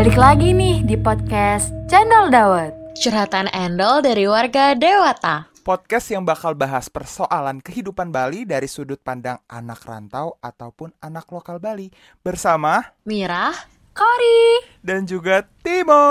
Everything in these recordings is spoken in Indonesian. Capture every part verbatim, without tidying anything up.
Balik lagi nih di podcast Channel Dawet. Curhatan Endol dari warga Dewata. Podcast yang bakal bahas persoalan kehidupan Bali dari sudut pandang anak rantau ataupun anak lokal Bali. Bersama Mirah, Kori, dan juga Timo.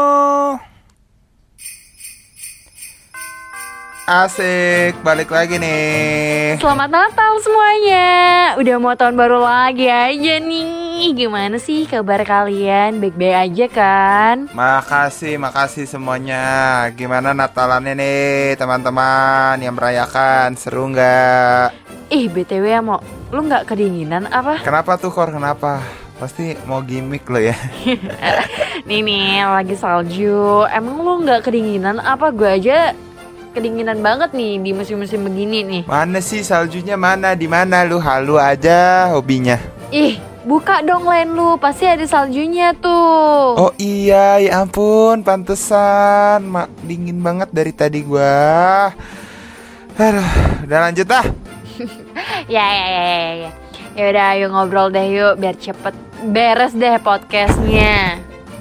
Asik, balik lagi nih. Selamat Natal semuanya. Udah mau tahun baru lagi aja nih. Gimana sih kabar kalian? Baik-baik aja kan? Makasih, makasih semuanya. Gimana Natalannya nih teman-teman yang merayakan? Seru nggak? Ih B T W ya Mo, lu gak kedinginan apa? Kenapa tuh Kor, kenapa? Pasti mau gimmick lo ya. Nih nih lagi salju. Emang lu gak kedinginan apa? Gue aja kedinginan banget nih di musim-musim begini nih. Mana sih saljunya, mana? Di mana lu? Halu aja hobinya. Ih, buka dong line lu, pasti ada saljunya tuh. Oh iya, ya ampun, pantesan. Mak, dingin banget dari tadi gua. Aduh, udah lanjut dah. Ya ya ya ya ya. Ya udah, ayo ngobrol deh yuk biar cepet beres deh podcastnya.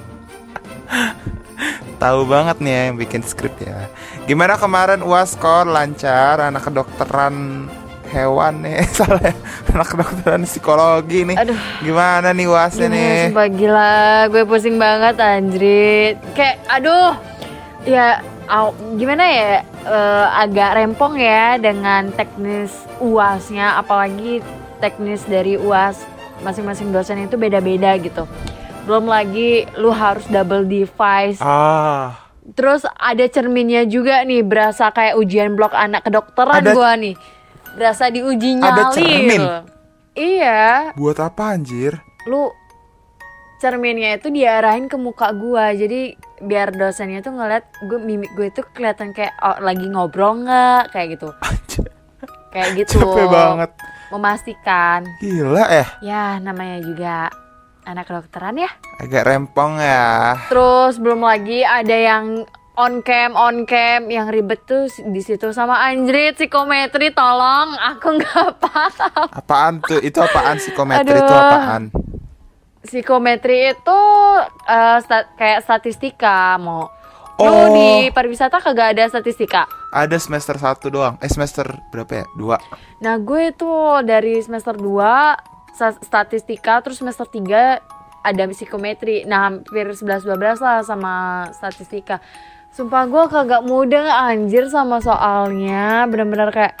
Tahu banget nih ya yang bikin skrip ya. Gimana kemarin U A S Kor, lancar? Anak kedokteran hewan nih, salah ya. Anak kedokteran psikologi nih. Aduh, gimana nih U A S-nya nih? Sumpah gila, gue pusing banget anjrit. Kayak aduh, ya au, gimana ya, uh, agak rempong ya dengan teknis U A S-nya. Apalagi teknis dari U A S masing-masing dosen itu beda-beda gitu. Belum lagi lu harus double device. Ah. Terus ada cerminnya juga nih, berasa kayak ujian blok anak kedokteran ada, gua nih. Berasa diuji nyali. Ada cermin? Iya. Buat apa anjir? Lu cerminnya itu diarahin ke muka gua. Jadi biar dosennya tuh ngeliat gue, mimik gue itu kelihatan kayak oh, lagi ngobrol nggak kayak gitu. Anjir. Kayak gitu. Capek banget. Memastikan. Gila ya. Ya namanya juga anak kedokteran ya. Agak rempong ya. Terus belum lagi ada yang on cam on cam yang ribet tuh di situ sama anjrit psikometri, tolong aku nggak paham. Apaan tuh? Itu apaan psikometri? Aduh. Itu apaan? Psikometri itu uh, stat- kayak statistika mau. Oh. Lu di pariwisata kagak ada statistika? Ada semester satu doang. Eh semester berapa ya? Dua. Nah gue tuh dari semester dua statistika, terus semester tiga ada psikometri. Nah hampir sebelas dua belas lah sama statistika. Sumpah gue kagak mudah anjir sama soalnya. Bener-bener kayak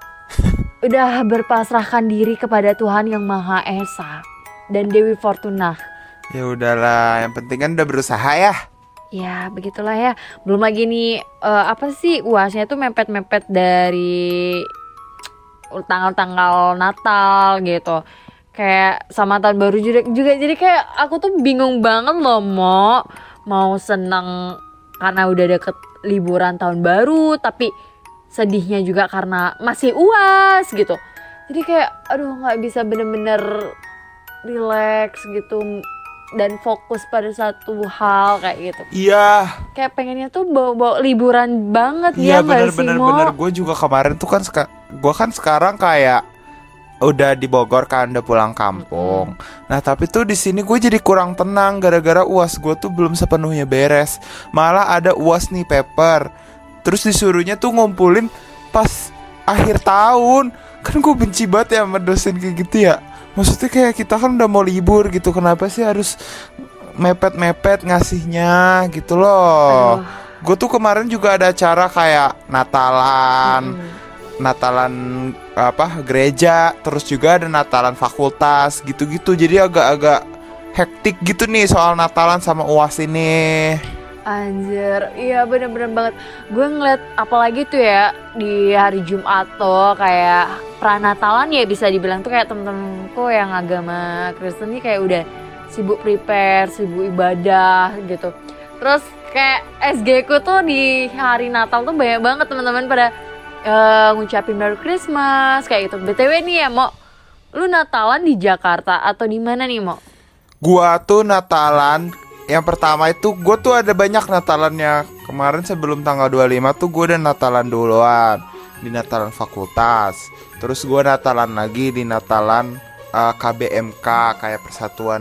udah berpasrahkan diri kepada Tuhan Yang Maha Esa dan Dewi Fortuna. Ya udahlah, yang penting kan udah berusaha ya. Ya begitulah ya. Belum lagi nih uh, apa sih U A S-nya tuh mepet-mepet dari tanggal-tanggal Natal gitu. Kayak sama tahun baru juga, juga jadi kayak aku tuh bingung banget loh mau mau seneng karena udah deket liburan tahun baru, tapi sedihnya juga karena masih U A S gitu. Jadi kayak aduh nggak bisa bener-bener relax gitu dan fokus pada satu hal kayak gitu. Iya. Kayak pengennya tuh bawa-bawa liburan banget ya. Iya Mo? bener-bener bener. Gue juga kemarin tuh kan seka- gue kan sekarang kayak udah di Bogor kan, udah pulang kampung. Mm-hmm. Nah tapi tuh di sini gue jadi kurang tenang gara-gara U A S gue tuh belum sepenuhnya beres. Malah ada U A S nih paper, terus disuruhnya tuh ngumpulin pas akhir tahun. Kan gue benci banget ya sama dosen kayak gitu ya. Maksudnya kayak kita kan udah mau libur gitu, kenapa sih harus mepet-mepet ngasihnya gitu loh. Gue tuh kemarin juga ada acara kayak Natalan. Mm-hmm. Natalan apa gereja, terus juga ada Natalan fakultas gitu-gitu. Jadi agak-agak hektik gitu nih soal Natalan sama U A S ini. Anjir, iya bener-bener banget. Gue ngeliat apalagi tuh ya di hari Jumat tuh kayak pranatalan ya bisa dibilang tuh kayak temen-temenku yang agama Kristen nih kayak udah sibuk prepare, sibuk ibadah gitu. Terus kayak S G ku tuh di hari Natal tuh banyak banget teman-teman pada Uh, ngucapin Merry Christmas kayak gitu. B T W nih ya Mo, lu Natalan di Jakarta atau di mana nih Mo? Gua tuh Natalan yang pertama itu gue tuh ada banyak Natalannya. Kemarin sebelum tanggal dua puluh lima tuh gue udah Natalan duluan di Natalan fakultas. Terus gue Natalan lagi di Natalan uh, K B M K, kayak Persatuan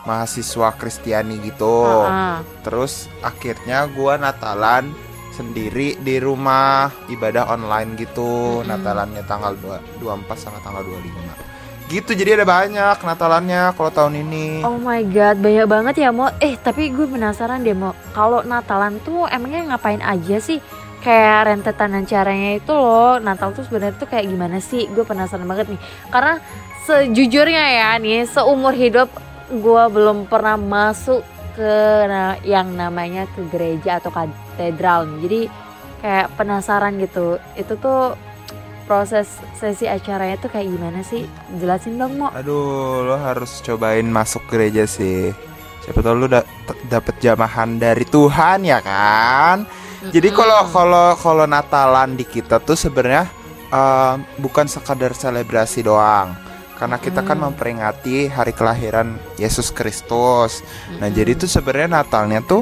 mahasiswa Kristiani gitu. Uh-uh. Terus akhirnya gue Natalan sendiri di rumah, ibadah online gitu. Mm-mm. Natalannya tanggal dua puluh empat sama tanggal dua puluh lima gitu. Jadi ada banyak Natalannya kalau tahun ini. Oh my god, banyak banget ya Mo. Eh tapi gue penasaran deh Mo, kalau Natalan tuh emangnya ngapain aja sih? Kayak rentetan acaranya itu loh, Natal tuh sebenarnya tuh kayak gimana sih? Gue penasaran banget nih. Karena sejujurnya ya nih, seumur hidup gue belum pernah masuk ke na- yang namanya ke gereja atau katedral nih. Jadi kayak penasaran gitu. Itu tuh proses sesi acaranya tuh kayak gimana sih? Jelasin dong Mo. Aduh, lo harus cobain masuk gereja sih. Siapa tahu lo da- t- dapet jamahan dari Tuhan ya kan? Jadi kalau kalau kalau Natalan di kita tuh sebenarnya uh, bukan sekadar selebrasi doang. Karena kita kan Mm. memperingati hari kelahiran Yesus Kristus. Nah, Mm-mm. jadi tuh sebenarnya Natalnya tuh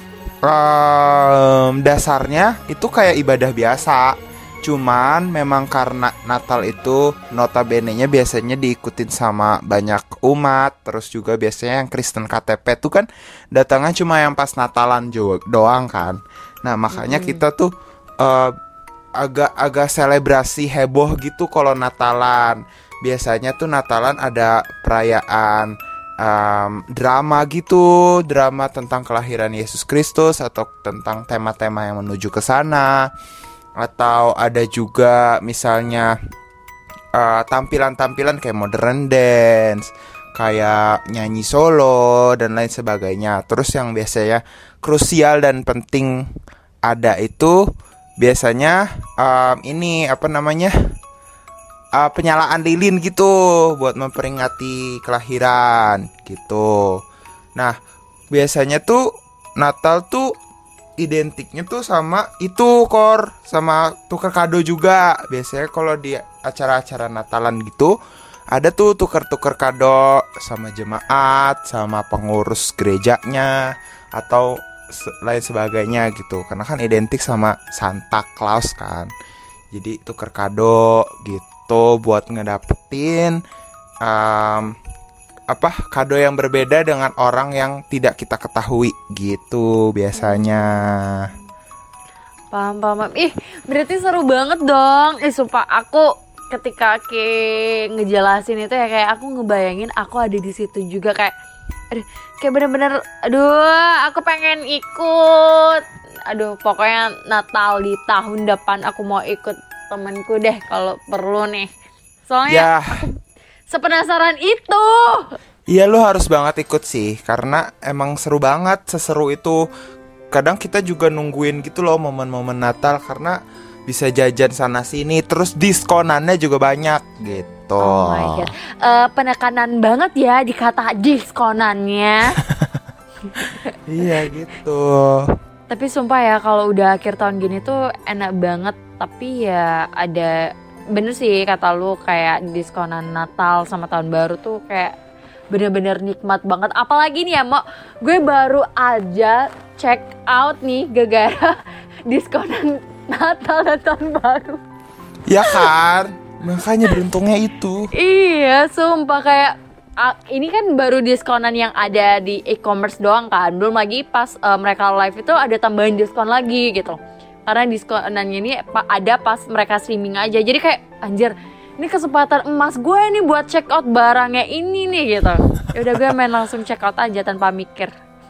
um, dasarnya itu kayak ibadah biasa. Cuman memang karena Natal itu notabene-nya biasanya diikutin sama banyak umat. Terus juga biasanya yang Kristen K T P tuh kan datangnya cuma yang pas Natalan jo- doang kan. Nah makanya Mm-mm. kita tuh uh, agak-agak selebrasi heboh gitu kalau Natalan. Biasanya tuh Natalan ada perayaan um, drama gitu, drama tentang kelahiran Yesus Kristus atau tentang tema-tema yang menuju ke sana. Atau ada juga misalnya uh, tampilan-tampilan kayak modern dance, kayak nyanyi solo dan lain sebagainya. Terus yang biasanya krusial dan penting ada itu biasanya um, ini apa namanya uh, penyalaan lilin gitu buat memperingati kelahiran gitu. Nah biasanya tuh Natal tuh identiknya tuh sama itu Kor, sama tukar kado juga. Biasanya kalau di acara-acara Natalan gitu ada tuh tukar-tukar kado sama jemaat, sama pengurus gerejanya atau se- lain sebagainya gitu. Karena kan identik sama Santa Claus kan. Jadi tukar kado gitu buat ngedapetin um, apa kado yang berbeda dengan orang yang tidak kita ketahui gitu biasanya. Paham, paham, paham. Ih, berarti seru banget dong. Eh, sumpah aku ketika Ki ngejelasin itu ya kayak aku ngebayangin aku ada di situ juga kayak aduh, kayak bener-bener aduh, aku pengen ikut. Aduh, pokoknya Natal di tahun depan aku mau ikut temenku deh kalau perlu nih. Soalnya Ya, sepenasaran itu. iya lo harus banget ikut sih karena emang seru banget, seseru itu. Kadang kita juga nungguin gitu loh momen-momen Natal karena bisa jajan sana sini, terus diskonannya juga banyak gitu. Oh my god. Eh, penekanan banget ya di kata diskonannya. Iya gitu. Tapi sumpah ya kalau udah akhir tahun gini tuh enak banget. Tapi ya ada bener sih kata lu kayak diskonan Natal sama tahun baru tuh kayak bener-bener nikmat banget. Apalagi nih ya Mo, gue baru aja check out nih gara-gara diskonan Natal dan tahun baru. Ya kan, makanya beruntungnya itu. Iya sumpah kayak ah, ini kan baru diskonan yang ada di e-commerce doang kan. Belum lagi pas eh, mereka live itu ada tambahan diskon lagi gitu. Karena diskonannya ini pa- ada pas mereka streaming aja. Jadi kayak anjir, ini kesempatan emas gue nih buat check out barangnya ini nih gitu. Ya udah gue main langsung check out aja tanpa mikir.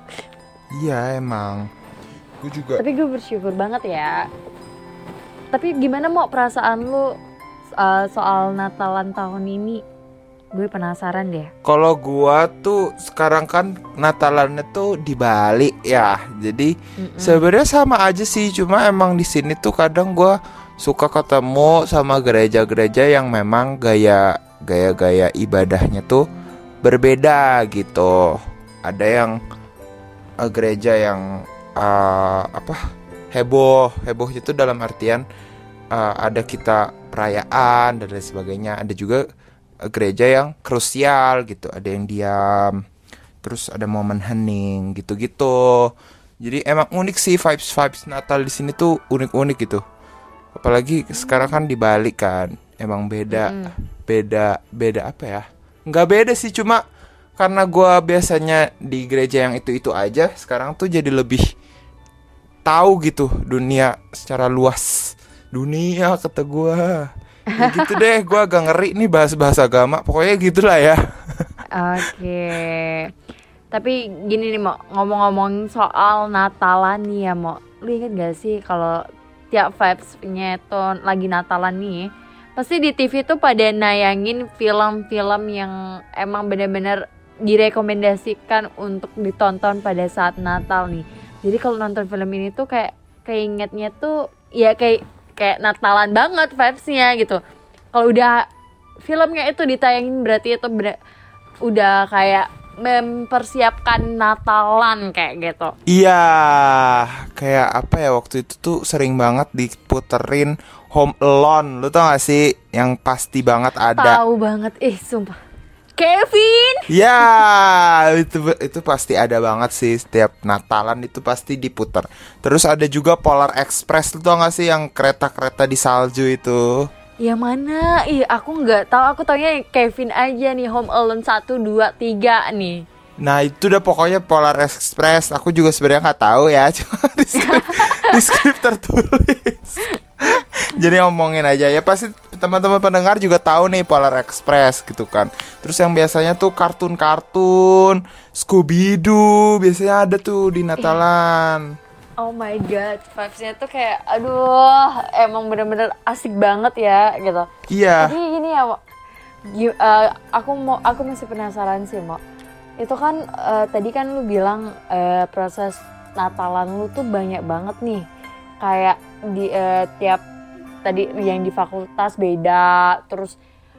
Iya emang. Gue juga. Tapi gue bersyukur banget ya. Tapi gimana Mo perasaan lu uh, soal Natalan tahun ini? Gue penasaran deh. Kalau gua tuh sekarang kan Natalannya tuh di Bali ya. Jadi Mm-mm. sebenarnya sama aja sih, cuma emang di sini tuh kadang gua suka ketemu sama gereja-gereja yang memang gaya gaya-gaya ibadahnya tuh berbeda gitu. Ada yang uh, gereja yang uh, apa? heboh, heboh itu dalam artian uh, ada kita perayaan dan lain sebagainya. Ada juga gereja yang krusial gitu, ada yang diam, terus ada momen hening gitu-gitu. Jadi emang unik sih vibes vibes Natal di sini tuh unik-unik gitu. Apalagi sekarang kan di Bali kan, emang beda, Mm-mm. beda, beda apa ya? Nggak beda sih, cuma karena gue biasanya di gereja yang itu-itu aja, sekarang tuh jadi lebih tahu gitu dunia secara luas. Dunia kata gue. Ya gitu deh, gue agak ngeri nih bahas-bahas agama. Pokoknya gitulah ya. Oke. Tapi gini nih Mo, ngomong-ngomong soal Natalan nih ya Mo. Lu inget gak sih kalau tiap vibes-nya itu lagi Natalan nih, pasti di T V tuh pada nayangin film-film yang emang benar-benar direkomendasikan untuk ditonton pada saat Natal nih. Jadi kalau nonton film ini tuh kayak keingetnya tuh ya kayak kayak Natalan banget vibes-nya gitu. Kalau udah filmnya itu ditayangin berarti itu bener, udah kayak mempersiapkan Natalan kayak gitu. Iya, kayak apa ya, waktu itu tuh sering banget diputerin Home Alone. Lu tau gak sih yang pasti banget ada? Tahu banget, eh sumpah. Kevin. Ya, itu itu pasti ada banget sih, setiap Natalan itu pasti diputer. Terus ada juga Polar Express, lu tau gak sih yang kereta-kereta di salju itu? Ya mana? Ih, aku nggak tahu. Aku taunya Kevin aja nih, Home Alone satu, dua, tiga nih. Nah itu udah pokoknya Polar Express. Aku juga sebenarnya nggak tahu ya, cuma di skrip, di skrip tertulis. Jadi ngomongin aja ya, pasti teman-teman pendengar juga tahu nih Polar Express gitu kan. Terus yang biasanya tuh kartun-kartun Scooby-Doo biasanya ada tuh di Natalan. Oh my god, vibes-nya tuh kayak aduh, emang bener-bener asik banget ya gitu. Iya. Jadi gini ya, Mo. Gi- uh, aku mau aku masih penasaran sih, Mo. Itu kan uh, tadi kan lu bilang uh, proses Natalan lu tuh banyak banget nih. Kayak di uh, tiap tadi yang di fakultas beda, terus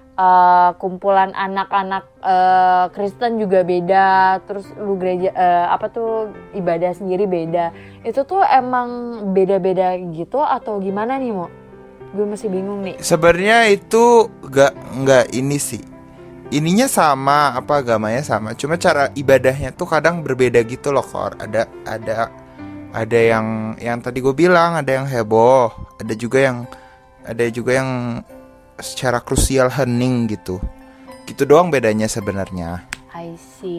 uh, kumpulan anak-anak uh, Kristen juga beda, terus lu gereja uh, apa tuh ibadah sendiri beda. Itu tuh emang beda-beda gitu atau gimana nih Mo? Gue masih bingung nih. Sebenarnya itu gak nggak ini sih. Ininya sama, apa agamanya sama. Cuma cara ibadahnya tuh kadang berbeda gitu loh, Kor. Ada ada ada yang yang tadi gue bilang, ada yang heboh, ada juga yang ada juga yang secara krusial hening gitu. Gitu doang bedanya sebenarnya. I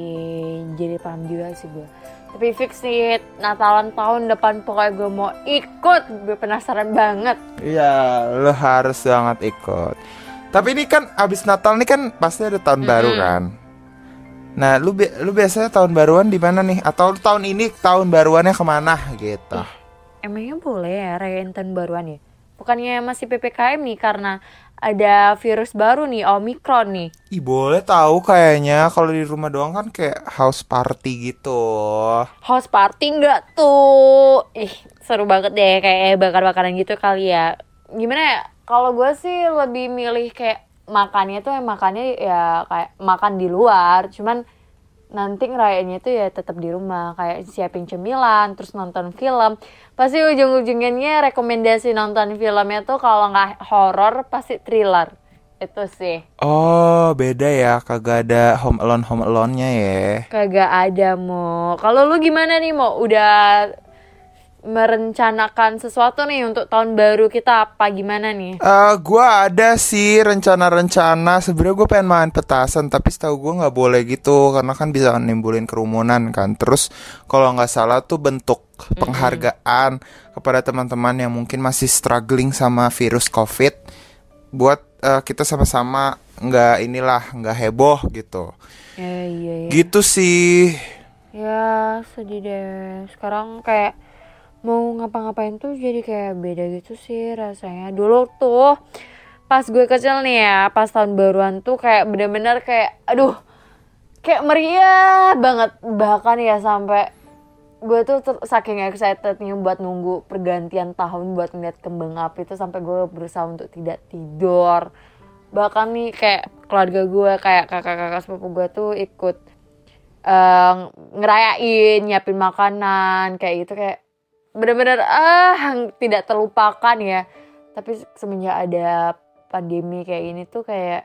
see. Jadi paham juga sih gue. Tapi fix sih Natalan tahun depan pokoknya gue mau ikut. Gue penasaran banget. Iya, lo harus banget ikut. Tapi ini kan abis Natal nih kan pasti ada tahun mm-hmm. baru kan. Nah, lu bi- lu biasanya tahun baruan di mana nih? Atau tahun ini tahun baruannya kemana gitu? Eh, emangnya boleh ya rayain tahun baruan ya? Bukannya masih P P K M nih karena ada virus baru nih, Omicron nih. Ih boleh tahu kayaknya, kalau di rumah doang kan kayak house party gitu. House party enggak tuh? Ih seru banget deh kayak bakar-bakaran gitu kali ya. Gimana ya? Kalau gue sih lebih milih kayak makannya tuh yang makannya ya kayak makan di luar. Cuman nanti ngerayainnya tuh ya tetap di rumah, kayak siapin cemilan, terus nonton film. Pasti ujung-ujungnya rekomendasi nonton filmnya tuh kalau nggak horor pasti thriller. Itu sih. Oh beda ya, kagak ada Home Alone Home Alone-nya ya. Kagak ada Mo. Kalau lu gimana nih Mo? Udah merencanakan sesuatu nih untuk tahun baru kita apa gimana nih? Uh, gue ada sih rencana-rencana. Sebenarnya gue pengen main petasan, tapi setahu gue nggak boleh gitu karena kan bisa nimbulin kerumunan kan. Terus kalau nggak salah tuh bentuk penghargaan mm-hmm. kepada teman-teman yang mungkin masih struggling sama virus COVID, buat uh, kita sama-sama nggak inilah nggak heboh gitu. Ya, iya, iya. Gitu sih. Ya sedih deh. Sekarang kayak mau ngapa-ngapain tuh jadi kayak beda gitu sih rasanya. Dulu tuh pas gue kecil nih ya, pas tahun baruan tuh kayak bener-bener kayak aduh kayak meriah banget. Bahkan ya sampai gue tuh ter- saking excitednya buat nunggu pergantian tahun buat ngeliat kembang api itu sampai gue berusaha untuk tidak tidur. Bahkan nih kayak keluarga gue kayak kakak-kakak sepupu gue tuh ikut uh, ngerayain, nyiapin makanan kayak gitu, kayak benar-benar ah tidak terlupakan ya. Tapi semenjak ada pandemi kayak ini tuh kayak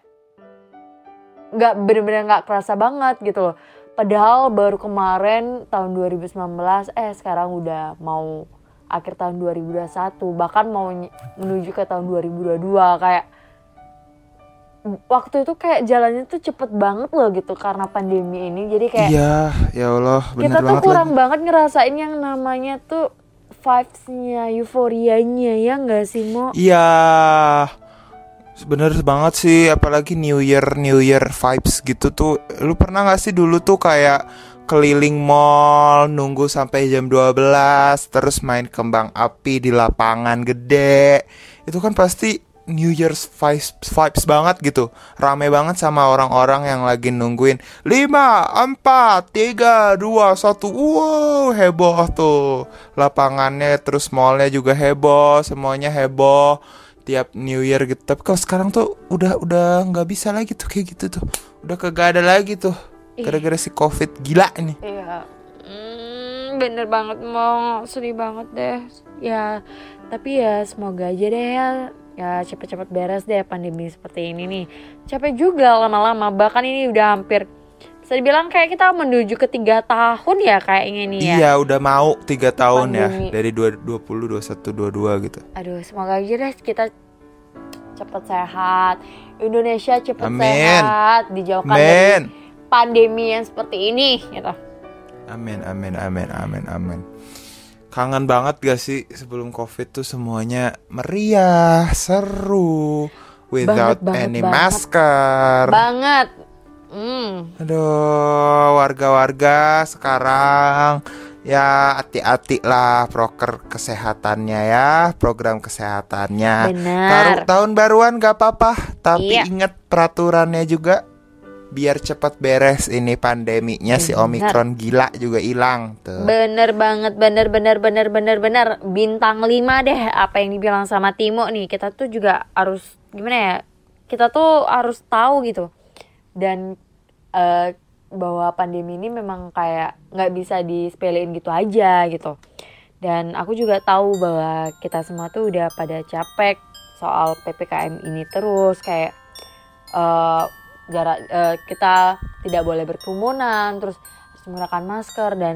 nggak benar-benar nggak kerasa banget gitu loh. Padahal baru kemarin tahun dua ribu sembilan belas, eh sekarang udah mau akhir tahun dua ribu dua puluh satu, bahkan mau menuju ke tahun dua ribu dua puluh dua. Kayak waktu itu kayak jalannya tuh cepet banget loh gitu karena pandemi ini. Jadi kayak Iya, ya Allah, bener kita tuh banget kurang lagi. banget ngerasain yang namanya tuh vibes-nya, euforianya, ya nggak sih Mo? Iya, bener banget sih, apalagi New Year New Year vibes gitu tuh. Lu pernah gak sih dulu tuh kayak keliling mall nunggu sampai jam dua belas terus main kembang api di lapangan gede. Itu kan pasti New Year's vibes, vibes banget gitu. Rame banget sama orang-orang yang lagi nungguin lima, empat, tiga, dua, satu. Wow, heboh tuh lapangannya, terus mallnya juga heboh, semuanya heboh tiap New Year gitu. Tapi kalau sekarang tuh udah udah nggak bisa lagi tuh kayak gitu tuh. Udah kagak ada lagi tuh gara-gara si Covid gila ini. Iya, hmm, bener banget Mo, sedih banget deh. Ya, tapi ya semoga aja deh ya, ya cepet-cepet beres deh pandemi seperti ini nih. Capek juga lama-lama, bahkan ini udah hampir bisa dibilang kayak kita menuju ke tiga tahun ya kayaknya nih ya. Iya, udah mau tiga tahun Pandemi. ya dari dua ribu dua puluh, dua puluh satu, dua puluh dua gitu. Aduh, semoga aja deh kita cepet sehat, Indonesia cepet Amin. sehat, dijauhkan Amin. dari pandemi yang seperti ini gitu. Amin, amin, amin, amin, amin. Kangen banget gak sih sebelum Covid tuh semuanya meriah, seru, without Banget, banget, any banget. masker. Banget. Hmm. Aduh, warga-warga sekarang ya hati-hati lah proker kesehatannya ya, program kesehatannya. Benar. Taruh tahun baruan gak apa-apa, tapi Iya. ingat peraturannya juga biar cepat beres ini pandeminya. Si Benar. Omikron gila juga hilang tuh. Bener banget, bener bener bener bener bener bintang lima deh apa yang dibilang sama Timo nih. Kita tuh juga harus gimana ya? Kita tuh harus tahu gitu. Dan eh, bahwa pandemi ini memang kayak nggak bisa disepelein gitu aja gitu. Dan aku juga tahu bahwa kita semua tuh udah pada capek soal P P K M ini terus kayak eh, jarak eh, kita tidak boleh berkerumunan, terus harus menggunakan masker dan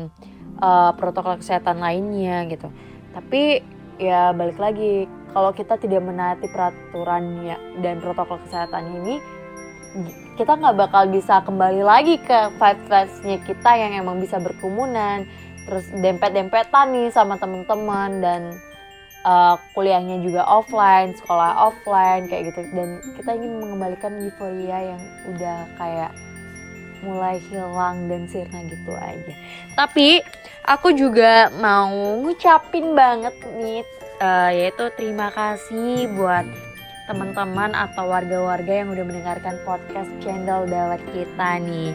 eh, protokol kesehatan lainnya gitu. Tapi ya balik lagi, kalau kita tidak menaati peraturannya dan protokol kesehatan ini, kita nggak bakal bisa kembali lagi ke vibes-vibesnya kita yang emang bisa berkerumunan, terus dempet-dempetan nih sama teman-teman, dan uh, kuliahnya juga offline, sekolah offline kayak gitu. Dan kita ingin mengembalikan euforia yang udah kayak mulai hilang dan sirna gitu aja. Tapi aku juga mau ngucapin banget nih, uh, yaitu terima kasih buat teman-teman atau warga-warga yang udah mendengarkan podcast Cendol Dawet kita nih.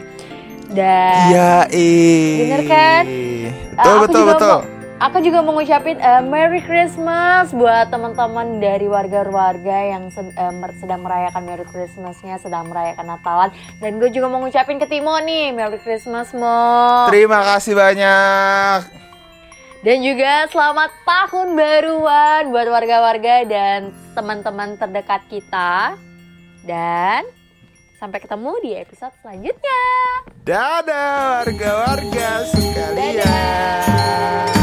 Dan Iya, ih. bener kan? Betul, Uh, aku betul, juga betul. mau- Aku juga mau ngucapin uh, Merry Christmas buat teman-teman dari warga-warga yang sed- uh, mer- sedang merayakan Merry Christmas-nya, sedang merayakan Natalan. Dan gue juga mau ngucapin ke Timo nih, Merry Christmas Mo. Terima kasih banyak. Dan juga selamat tahun baruan buat warga-warga dan teman-teman terdekat kita. Dan sampai ketemu di episode selanjutnya. Dadah warga-warga sekalian. Dadah.